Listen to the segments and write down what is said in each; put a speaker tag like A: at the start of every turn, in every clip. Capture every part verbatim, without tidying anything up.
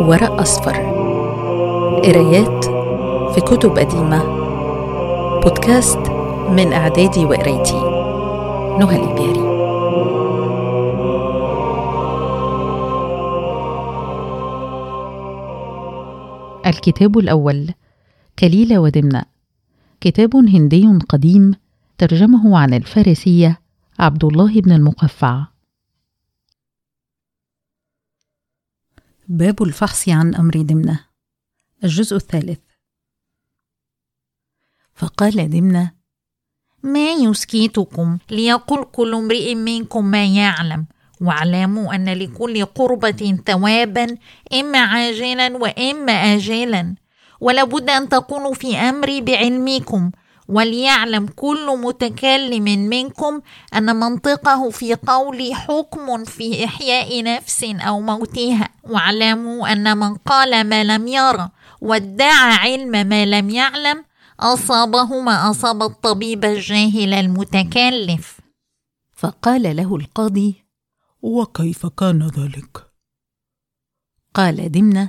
A: ورق أصفر. قرايات في كتب قديمة. بودكاست من إعدادي وقرايتي نهى الإبياري. الكتاب الأول كليلة ودمنة، كتاب هندي قديم ترجمه عن الفارسية عبد الله بن المقفع. باب الفحص عن أمر دمنة، الجزء الثالث. فقال دمنة:
B: ما يسكتكم؟ ليقل كل امرئ منكم ما يعلم، واعلموا أن لكل قربة ثوابا، إما عاجلا وإما آجلا، ولابد أن تكونوا في أمري بعلمكم. وليعلم كل متكلم منكم أن منطقه في قولي حكم في إحياء نفس أو موتها. واعلموا أن من قال ما لم يرى وادعى علم ما لم يعلم أصابه ما أصاب الطبيب الجاهل المتكلف.
A: فقال له القاضي:
C: وكيف كان ذلك؟
A: قال دمنة: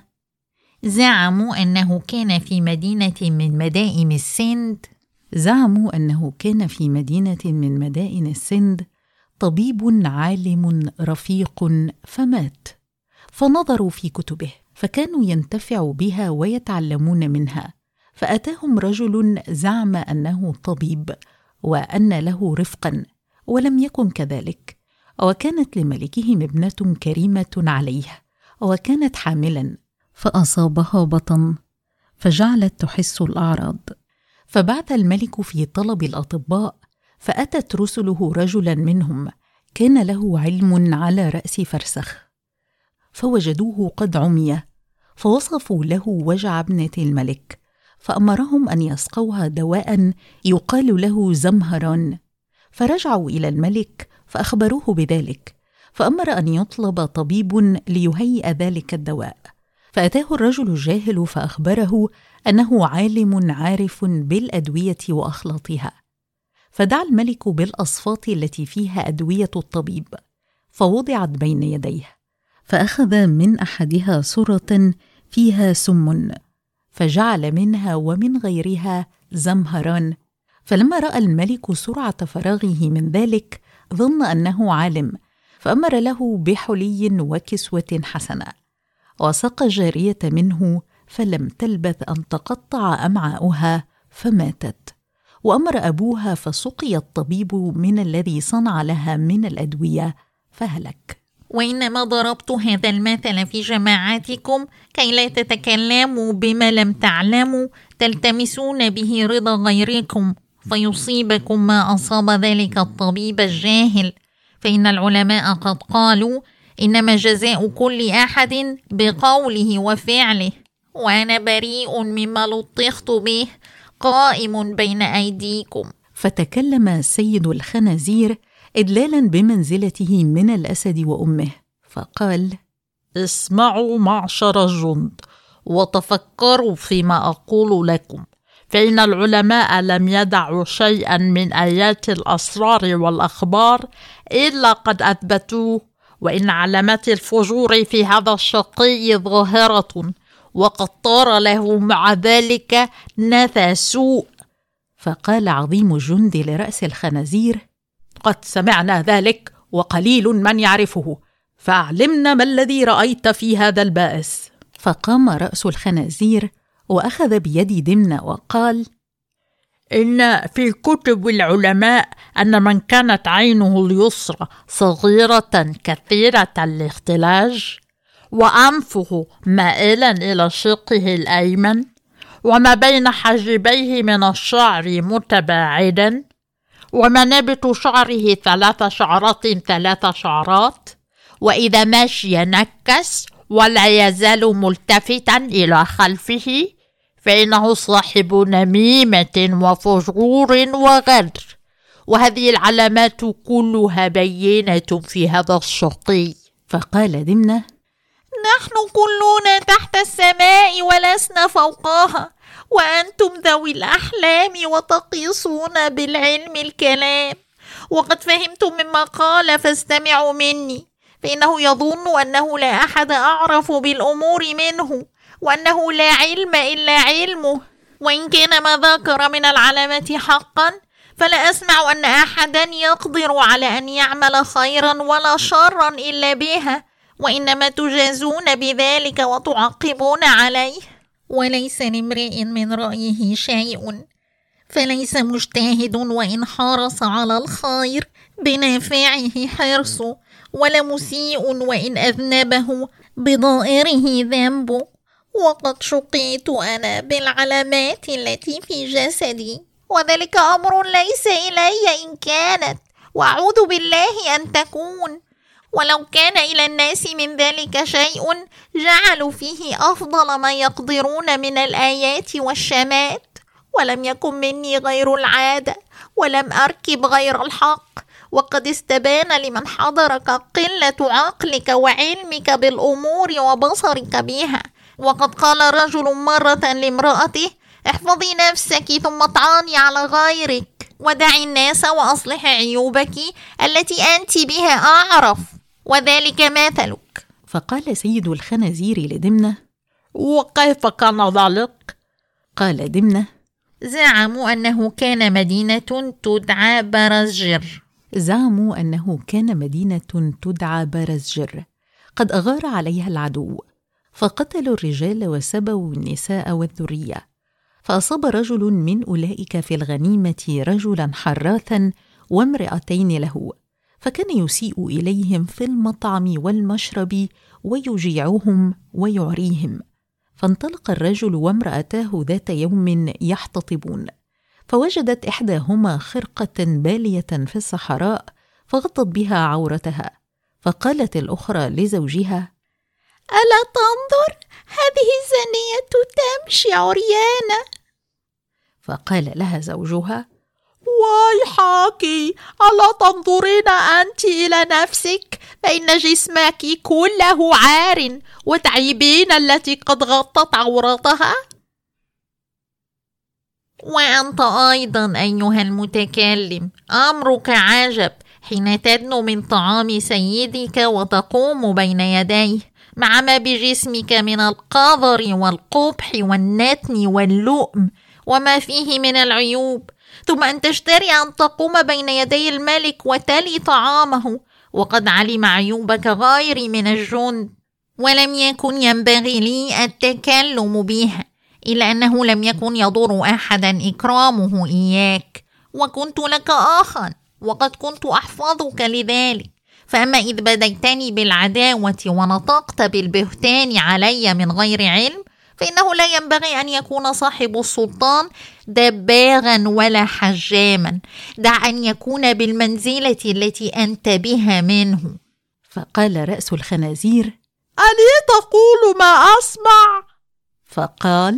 B: زعموا أنه كان في مدينة من مدائن السند
A: زعموا أنه كان في مدينة من مدائن السند طبيب عالم رفيق فمات، فنظروا في كتبه فكانوا ينتفعوا بها ويتعلمون منها، فأتاهم رجل زعم أنه طبيب وأن له رفقا، ولم يكن كذلك، وكانت لملكهم ابنة كريمة عليه، وكانت حاملا، فأصابها بطن فجعلت تحس الأعراض، فبعث الملك في طلب الأطباء، فأتت رسله رجلا منهم كان له علم على رأس فرسخ، فوجدوه قد عمي، فوصفوا له وجع ابنة الملك، فأمرهم أن يسقوها دواء يقال له زمهران، فرجعوا إلى الملك فأخبروه بذلك، فأمر أن يطلب طبيب ليهيئ ذلك الدواء، فأتاه الرجل الجاهل فأخبره أنه عالم عارف بالأدوية وأخلاطها، فدعا الملك بالأصفاط التي فيها أدوية الطبيب، فوضعت بين يديه، فأخذ من أحدها صورة فيها سم، فجعل منها ومن غيرها زمهران، فلما رأى الملك سرعة فراغه من ذلك ظن أنه عالم، فأمر له بحلي وكسوة حسنة، وسقى جارية منه، فلم تلبث أن تقطع أمعاؤها فماتت، وأمر أبوها فسقي الطبيب من الذي صنع لها من الأدوية فهلك.
B: وإنما ضربت هذا المثل في جماعاتكم كي لا تتكلموا بما لم تعلموا تلتمسون به رضا غيركم، فيصيبكم ما أصاب ذلك الطبيب الجاهل. فإن العلماء قد قالوا: إنما جزاء كل أحد بقوله وفعله، وأنا بريء مما لطخت به قائم بين أيديكم.
A: فتكلم سيد الخنازير إدلالا بمنزلته من الأسد وأمه، فقال:
D: اسمعوا معشر الجند وتفكروا فيما أقول لكم، فإن العلماء لم يدعوا شيئا من آيات الأسرار والأخبار إلا قد أثبتوه، وإن علامات الفجور في هذا الشقي ظاهرة، وقد طار له مع ذلك نثى سوء.
A: فقال عظيم الجند لرأس الخنازير:
C: قد سمعنا ذلك وقليل من يعرفه، فأعلمنا ما الذي رأيت في هذا البائس.
A: فقام رأس الخنازير وأخذ بيد دمنة وقال:
D: إن في كتب العلماء أن من كانت عينه اليسرى صغيرة كثيرة الاختلاج، وأنفه مائلا إلى شقه الأيمن، وما بين حاجبيه من الشعر متباعدا، ومنابت شعره ثلاث شعرات ثلاث شعرات، وإذا مشي نكس ولا يزال ملتفتا إلى خلفه، فإنه صاحب نميمة وفجور وغدر، وهذه العلامات كلها بينة في هذا الشقي.
A: فقال دمنة:
B: نحن كلنا تحت السماء ولسنا فوقها، وأنتم ذوي الأحلام وتقيسون بالعلم الكلام، وقد فهمت مما قال فاستمعوا مني. فإنه يظن أنه لا أحد أعرف بالأمور منه، وأنه لا علم إلا علمه. وإن كان ما ذكر من العلامة حقا، فلا أسمع أن أحدا يقدر على أن يعمل خيرا ولا شرا إلا بها، وإنما تجازون بذلك وتعاقبون عليه. وليس لامرئ من رأيه شيء، فليس مجتهد وإن حرص على الخير بنافعه حرص، ولا مسيء وإن أذنبه بضائره ذنب. وقد شقيت أنا بالعلامات التي في جسدي، وذلك أمر ليس إلي إن كانت، وأعوذ بالله أن تكون. ولو كان إلى الناس من ذلك شيء جعلوا فيه أفضل ما يقدرون من الآيات والشمات، ولم يكن مني غير العادة، ولم أركب غير الحق. وقد استبان لمن حضرك قلة عقلك وعلمك بالأمور وبصرك بها. وقد قال رجل مرة لامرأته: احفظي نفسك ثم اطعني على غيرك، ودعي الناس وأصلح عيوبك التي أنت بها أعرف، وذلك مثلك.
A: فقال سيد الخنازير لدمنة:
D: وكيف كان ذلك؟
A: قال دمنة:
B: زعموا أنه كان مدينة تدعى برزجر.
A: زعموا أنه كان مدينة تدعى برزجر قد أغار عليها العدو، فقتلوا الرجال وسبوا النساء والذرية. فأصاب رجل من أولئك في الغنيمة رجلا حراثا وامرأتين له، فكان يسيء إليهم في المطعم والمشرب ويجيعهم ويعريهم. فانطلق الرجل وامرأتاه ذات يوم يحتطبون، فوجدت إحداهما خرقة بالية في الصحراء فغطت بها عورتها، فقالت الأخرى لزوجها:
B: ألا تنظر، هذه الزانية تمشي عريانة.
A: فقال لها زوجها:
D: ويحك، ألا تنظرين أنت إلى نفسك؟ فإن جسمك كله عار، وتعيبين التي قد غطت عورتها.
B: وأنت أيضا أيها المتكلم أمرك عجب، حين تدنو من طعام سيدك وتقوم بين يديه مع ما بجسمك من القذر والقبح والنتن واللؤم وما فيه من العيوب، ثم أن تشتري أن تقوم بين يدي الملك وتلي طعامه، وقد علم عيوبك غيري من الجند، ولم يكن ينبغي لي التكلم بها، إلا أنه لم يكن يضر أحدا إكرامه إياك، وكنت لك أخا، وقد كنت أحفظك لذلك. فأما إذ بديتني بالعداوة ونطقت بالبهتان علي من غير علم، فإنه لا ينبغي أن يكون صاحب السلطان دباغا ولا حجاما، دع أن يكون بالمنزلة التي أنت بها منه.
A: فقال رأس الخنازير:
D: ألي تقول ما أسمع؟
A: فقال: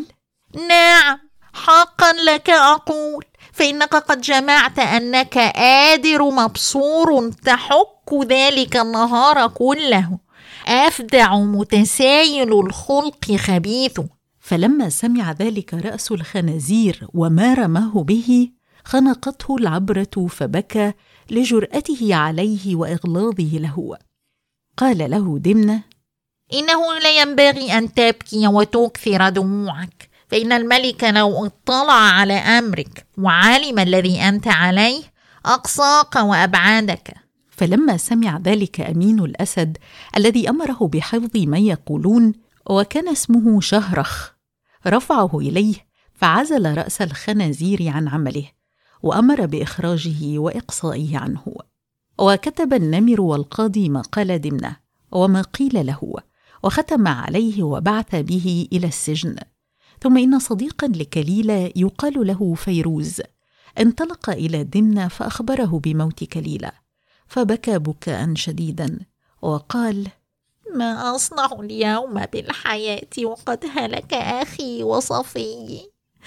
B: نعم، حقا لك أقول، فإنك قد جمعت أنك آدر مبصور تحك ذلك النهار كله، أفدع متسايل الخلق خبيث.
A: فلما سمع ذلك رأس الخنازير وما رماه به خنقته العبرة، فبكى لجرأته عليه وإغلاظه له. قال له دمنة:
B: إنه لا ينبغي أن تبكي وتكثر دموعك، فإن الملك لو اطلع على أمرك وعلم الذي أنت عليه أقصاك وأبعادك.
A: فلما سمع ذلك أمين الأسد الذي أمره بحفظ ما يقولون، وكان اسمه شهرخ، رفعه إليه فعزل رأس الخنازير عن عمله، وأمر بإخراجه وإقصائه عنه. وكتب النمر والقاضي ما قال دمنة وما قيل له، وختم عليه وبعث به إلى السجن. ثم إن صديقا لكليلة يقال له فيروز انطلق إلى دمنة فأخبره بموت كليلة، فبكى بكاء شديدا وقال:
B: ما أصنع اليوم بالحياة وقد هلك أخي وصفي؟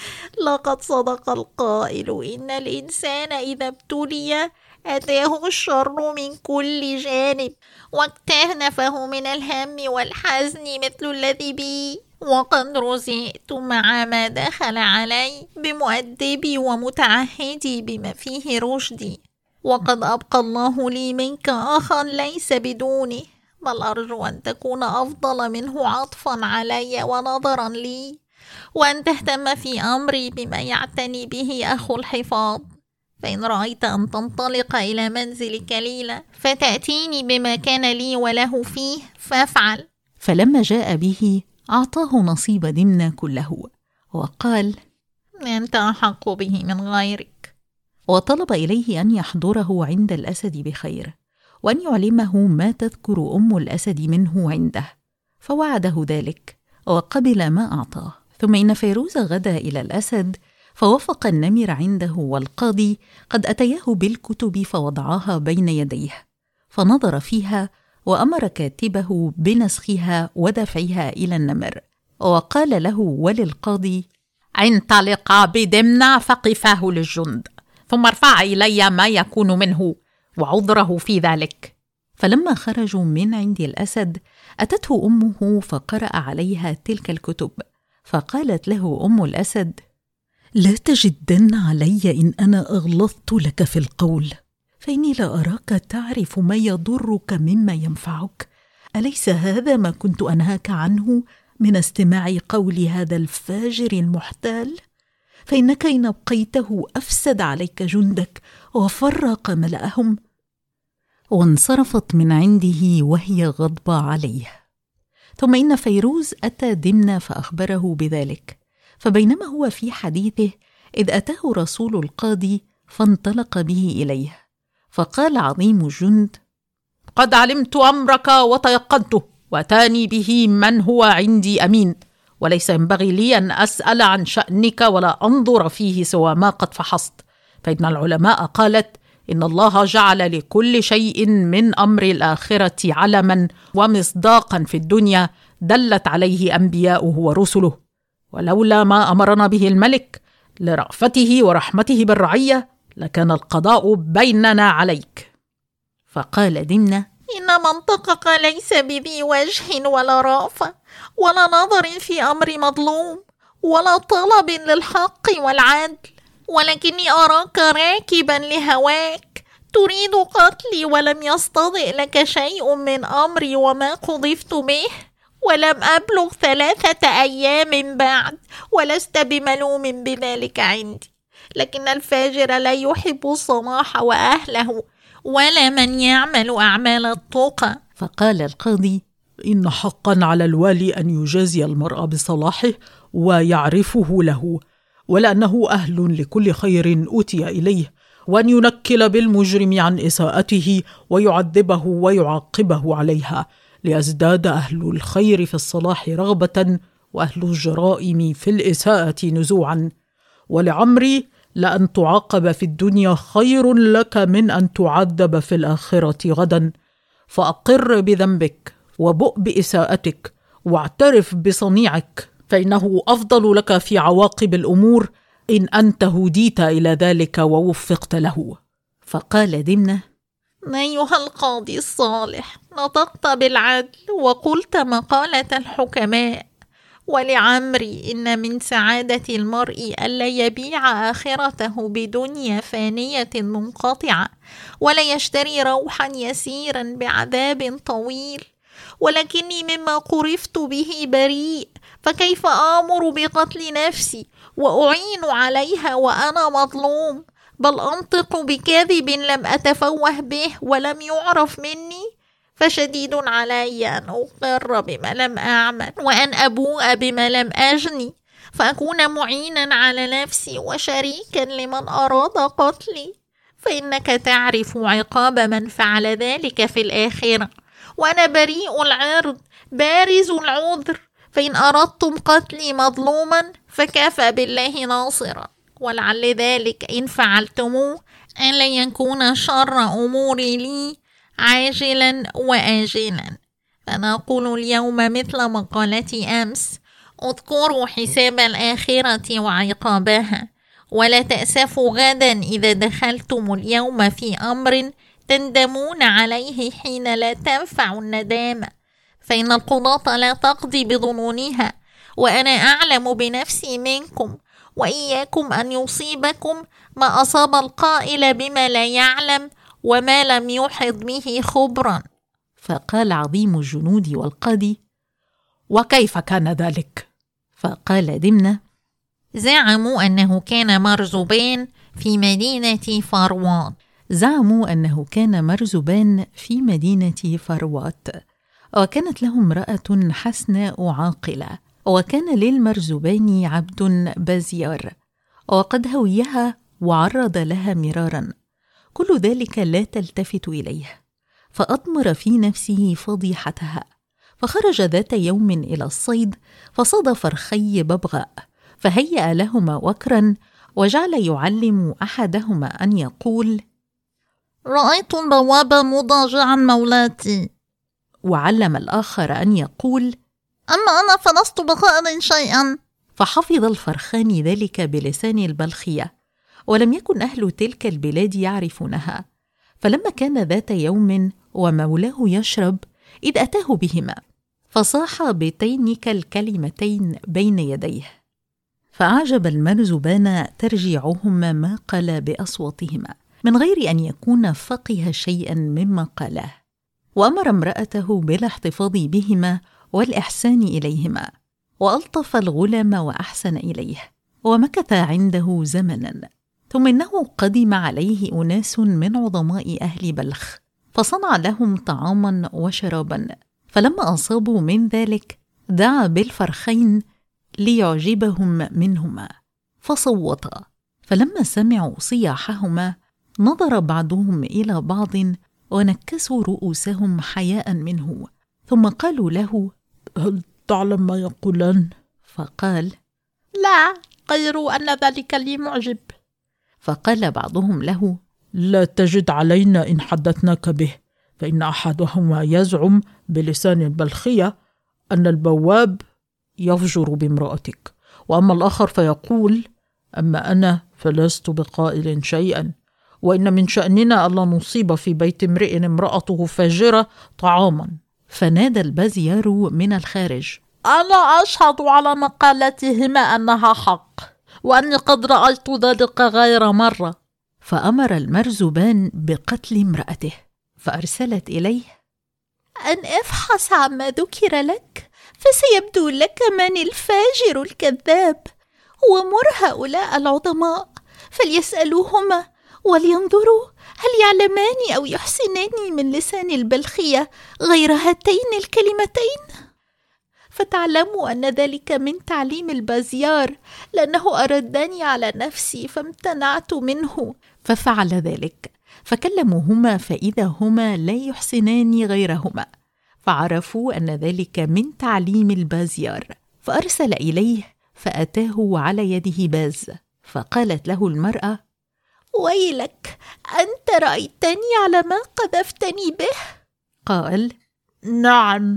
B: لقد صدق القائل: إن الإنسان إذا ابتلي أتاه الشر من كل جانب، واكتنفه من الهم والحزن مثل الذي بي، وقد رزقت مع ما دخل علي بمؤدبي ومتعهدي بما فيه رشدي، وقد أبقى الله لي منك أخا ليس بدوني، بل أرجو أن تكون أفضل منه عطفا علي ونظرا لي، وأن تهتم في أمري بما يعتني به أخو الحفاظ. فإن رأيت أن تنطلق إلى منزلك ليلة فتأتيني بما كان لي وله فيه فافعل.
A: فلما جاء به أعطاه نصيب دمنة كله وقال:
B: أنت أحق به من غيرك.
A: وطلب إليه أن يحضره عند الأسد بخير، وأن يعلمه ما تذكر أم الأسد منه عنده، فوعده ذلك وقبل ما أعطاه. ثم إن فيروز غدا إلى الأسد، فوافق النمر عنده والقاضي قد أتياه بالكتب فوضعاها بين يديه، فنظر فيها وأمر كاتبه بنسخها ودفعها إلى النمر، وقال له وللقاضي:
C: انطلقا بدمنة فقفاه للجند، ثم ارفع إلي ما يكون منه وعذره في ذلك.
A: فلما خرجوا من عند الأسد أتته أمه فقرأ عليها تلك الكتب، فقالت له أم الأسد: لا تجدن علي إن أنا أغلظت لك في القول، فإني لا أراك تعرف ما يضرك مما ينفعك. أليس هذا ما كنت أنهاك عنه من استماع قول هذا الفاجر المحتال؟ فإنك إن أبقيته أفسد عليك جندك وفرق ملأهم. وانصرفت من عنده وهي غضبة عليه. ثم إن فيروز أتى دمنة فأخبره بذلك، فبينما هو في حديثه إذ أتاه رسول القاضي فانطلق به إليه، فقال عظيم الجند:
C: قد علمت أمرك وتيقنته، وأتاني به من هو عندي أمين، وليس ينبغي لي أن أسأل عن شأنك ولا أنظر فيه سوى ما قد فحصت، فإن العلماء قالت إن الله جعل لكل شيء من أمر الآخرة علما ومصداقا في الدنيا دلت عليه أنبياؤه ورسله، ولولا ما أمرنا به الملك لرأفته ورحمته بالرعية لكان القضاء بيننا عليك.
A: فقال دمنة:
B: إن منطقك ليس بذي وجه ولا رأفة ولا نظر في أمر مظلوم ولا طلب للحق والعدل، ولكني أراك راكبا لهواك تريد قتلي، ولم يستضئ لك شيء من أمري وما قذفت به، ولم أبلغ ثلاثة أيام بعد، ولست بملوم بذلك عندي، لكن الفاجر لا يحب الصلاح وأهله ولا من يعمل أعمال التقى.
A: فقال القاضي:
E: إن حقا على الوالي أن يجازي المرء بصلاحه ويعرفه له، ولأنه أهل لكل خير أوتي إليه، وأن ينكل بالمجرم عن إساءته ويعذبه ويعاقبه عليها، ليزداد أهل الخير في الصلاح رغبة وأهل الجرائم في الإساءة نزوعا. ولعمري لأن تعاقب في الدنيا خير لك من أن تعذب في الآخرة غدا، فأقر بذنبك وبؤ بإساءتك واعترف بصنيعك، فإنه أفضل لك في عواقب الأمور إن أنت هديت إلى ذلك ووفقت له.
A: فقال دمنة:
B: أيها القاضي الصالح، نطقت بالعدل وقلت مقالة الحكماء، ولعمري إن من سعادة المرء ألا يبيع آخرته بدنيا فانية منقطعة، ولا يشتري روحا يسيرا بعذاب طويل، ولكني مما قرفت به بريء، فكيف آمر بقتل نفسي وأعين عليها وأنا مظلوم، بل أنطق بكذب لم أتفوه به ولم يعرف مني، فشديد علي أن أقر بما لم أعمل وأن أبوء بما لم أجني، فأكون معينا على نفسي وشريكا لمن أراد قتلي، فإنك تعرف عقاب من فعل ذلك في الآخرة، وأنا بريء العرض بارز العذر، فإن أردتم قتلي مظلوما فكفى بالله ناصرا، ولعل ذلك إن فعلتموه أن لن يكون شر أموري لي عاجلا وآجلا. فأنا أقول اليوم مثل مقالتي أمس: اذكروا حساب الآخرة وعقابها، ولا تأسفوا غدا إذا دخلتم اليوم في أمر تندمون عليه حين لا تنفع الندامة، فإن القضاة لا تقضي بظنونها، وأنا أعلم بنفسي منكم، وإياكم أن يصيبكم ما أصاب القائل بما لا يعلم وما لم يحط به خبرا.
A: فقال عظيم الجنود والقاضي:
E: وكيف كان ذلك؟
A: فقال دمنة:
B: زعموا أنه كان مرزبان في مدينة فروات.
A: زعموا أنه كان مرزبان في مدينة فروات، وكانت له امرأة حسناء عاقلة، وكان للمرزبان عبد بازيار، وقد هويها وعرض لها مرارا. كل ذلك لا تلتفت إليه، فأضمر في نفسه فضيحتها، فخرج ذات يوم إلى الصيد فصاد فرخي ببغاء، فهيأ لهما وكرا، وجعل يعلم أحدهما أن يقول:
B: رأيت البواب مضاجعا مولاتي،
A: وعلم الآخر أن يقول:
B: أما أنا فلست بقائل شيئا.
A: فحفظ الفرخان ذلك بلسان البلخية، ولم يكن أهل تلك البلاد يعرفونها. فلما كان ذات يوم ومولاه يشرب إذ أتاه بهما، فصاح بتينك الكلمتين بين يديه، فأعجب المرزبان ترجيعهما ما قال بأصواتهما من غير أن يكون فقه شيئا مما قاله، وأمر امرأته بالاحتفاظ بهما والإحسان إليهما، وألطف الغلام وأحسن إليه، ومكث عنده زمنا. ثم إنه قدم عليه أناس من عظماء أهل بلخ، فصنع لهم طعاما وشرابا، فلما أصابوا من ذلك دعا بالفرخين ليعجبهم منهما، فصوتا. فلما سمعوا صياحهما نظر بعضهم إلى بعض ونكسوا رؤوسهم حياء منه، ثم قالوا له:
E: هل تعلم ما يقولان؟
A: فقال:
D: لا، غير أن ذلك لي معجب.
A: فقال بعضهم له:
E: لا تجد علينا إن حدثناك به، فإن أحدهما يزعم بلسان البلخية أن البواب يفجر بامرأتك، وأما الآخر فيقول: أما أنا فلست بقائل شيئا، وإن من شأننا ألا نصيب في بيت امرئ امرأته فاجرة طعاما.
A: فنادى البازيار من الخارج:
D: أنا أشهد على مقالتهما أنها حق، وأني قد رأيت ذلك غير مرة.
A: فأمر المرزبان بقتل امرأته، فأرسلت إليه:
B: أن افحص عما ذكر لك، فسيبدو لك من الفاجر الكذاب، ومر هؤلاء العظماء فليسألوهما ولينظروا هل يعلمان أو يحسنان من لسان البلخية غير هاتين الكلمتين، فتعلموا أن ذلك من تعليم البازيار، لأنه أردني على نفسي فامتنعت منه.
A: ففعل ذلك، فكلموهما فإذا هما لا يحسنان غيرهما، فعرفوا أن ذلك من تعليم البازيار، فأرسل إليه فأتاه على يده باز، فقالت له المرأة:
B: ويلك، أنت رأيتني على ما قذفتني به؟
A: قال:
D: نعم.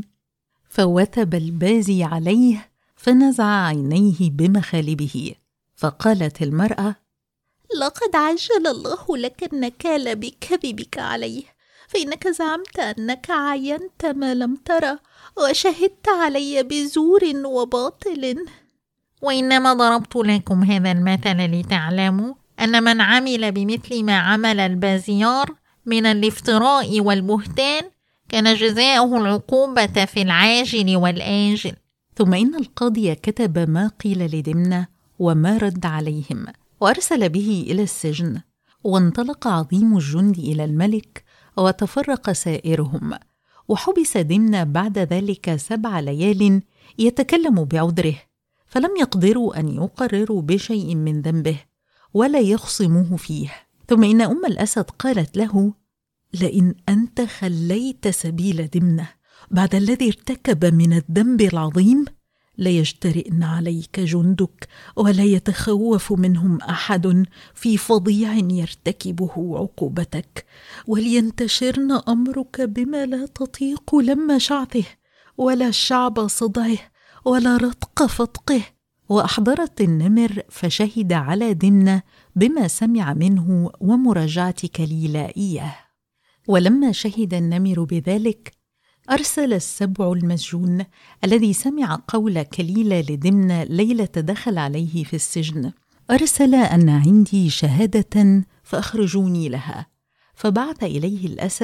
A: فوثب البازي عليه فنزع عينيه بمخالبه، فقالت المرأة:
B: لقد عجل الله لك النكال بكذبك عليه، فإنك زعمت أنك عينت ما لم ترى، وشهدت علي بزور وباطل. وإنما ضربت لكم هذا المثل لتعلموا أن من عمل بمثل ما عمل البازيار من الافتراء والبهتان كان جزاؤه العقوبة في العاجل والآجل.
A: ثم إن القاضي كتب ما قيل لدمنة وما رد عليهم، وأرسل به إلى السجن، وانطلق عظيم الجند إلى الملك، وتفرق سائرهم، وحبس دمنة بعد ذلك سبع ليال يتكلم بعذره، فلم يقدروا أن يقرروا بشيء من ذنبه ولا يخصموه فيه. ثم إن أم الأسد قالت له: لئن أنت خليت سبيل دمنة بعد الذي ارتكب من الذنب العظيم ليجترئن عليك جندك، ولا يتخوف منهم أحد في فظيع يرتكبه عقوبتك، ولينتشرن أمرك بما لا تطيق لم شعثه، ولا شعب صدعه، ولا رتق فتقه. وأحضرت النمر فشهد على دمنة بما سمع منه ومراجعة كليلة إياه. ولما شهد النمر بذلك أرسل السبع المسجون الذي سمع قول كليلة لدمنة ليلة دخل عليه في السجن، أرسل أن عندي شهادة فأخرجوني لها. فبعث إليه الأسد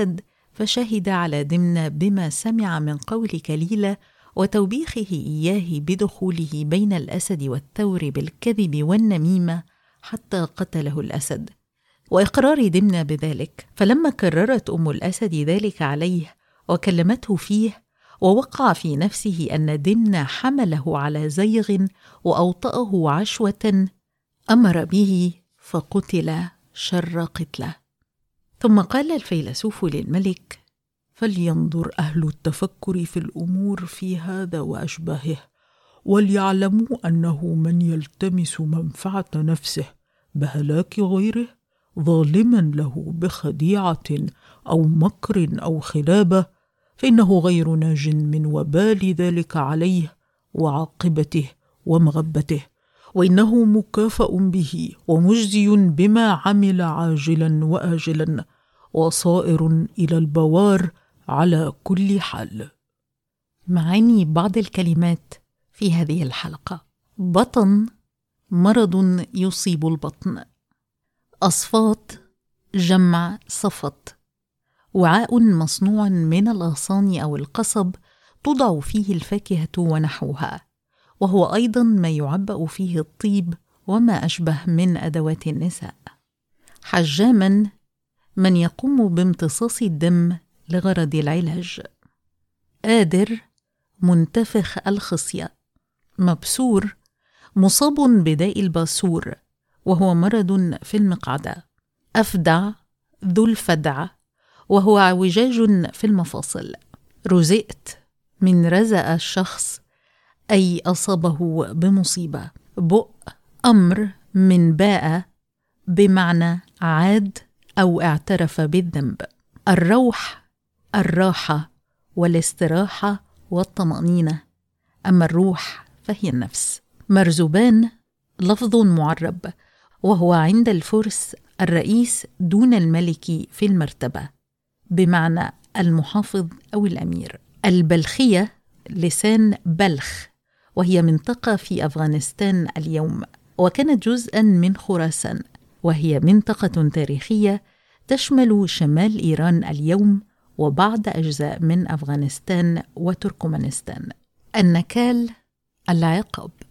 A: فشهد على دمنة بما سمع من قول كليلة وتوبيخه إياه بدخوله بين الأسد والثور بالكذب والنميمة حتى قتله الأسد، وإقرار دمنة بذلك. فلما كررت أم الأسد ذلك عليه وكلمته فيه ووقع في نفسه أن دمنة حمله على زيغ وأوطأه عشوة، أمر به فقتل شر قتله. ثم قال الفيلسوف للملك: فلينظر أهل التفكر في الأمور في هذا وأشباهه، وليعلموا أنه من يلتمس منفعة نفسه بهلاك غيره ظالما له بخديعة أو مكر أو خلابة، فإنه غير ناج من وبال ذلك عليه وعاقبته ومغبته، وإنه مكافأ به ومجزي بما عمل عاجلا وآجلا، وصائر إلى البوار على كل حال. معاني بعض الكلمات في هذه الحلقة: بطن، مرض يصيب البطن. أصفات، جمع صفت، وعاء مصنوع من الأغصان أو القصب توضع فيه الفاكهة ونحوها، وهو أيضا ما يعبأ فيه الطيب وما أشبه من أدوات النساء. حجاما، من يقوم بامتصاص الدم لغرض العلاج. آدر، منتفخ الخصية. مبسور، مصاب بداء الباسور وهو مرض في المقعدة. أفدع، ذو الفدع وهو اعوجاج في المفاصل. رزئت، من رزأ الشخص أي أصابه بمصيبة. بؤ، أمر من باء بمعنى عاد أو اعترف بالذنب. الروح، الراحة والاستراحة والطمأنينة، أما الروح فهي النفس. مرزبان، لفظ معرب وهو عند الفرس الرئيس دون الملك في المرتبة بمعنى المحافظ أو الأمير. البلخية، لسان بلخ، وهي منطقة في أفغانستان اليوم، وكانت جزءاً من خراسان، وهي منطقة تاريخية تشمل شمال إيران اليوم وبعض أجزاء من أفغانستان وتركمانستان. النكال، العقاب.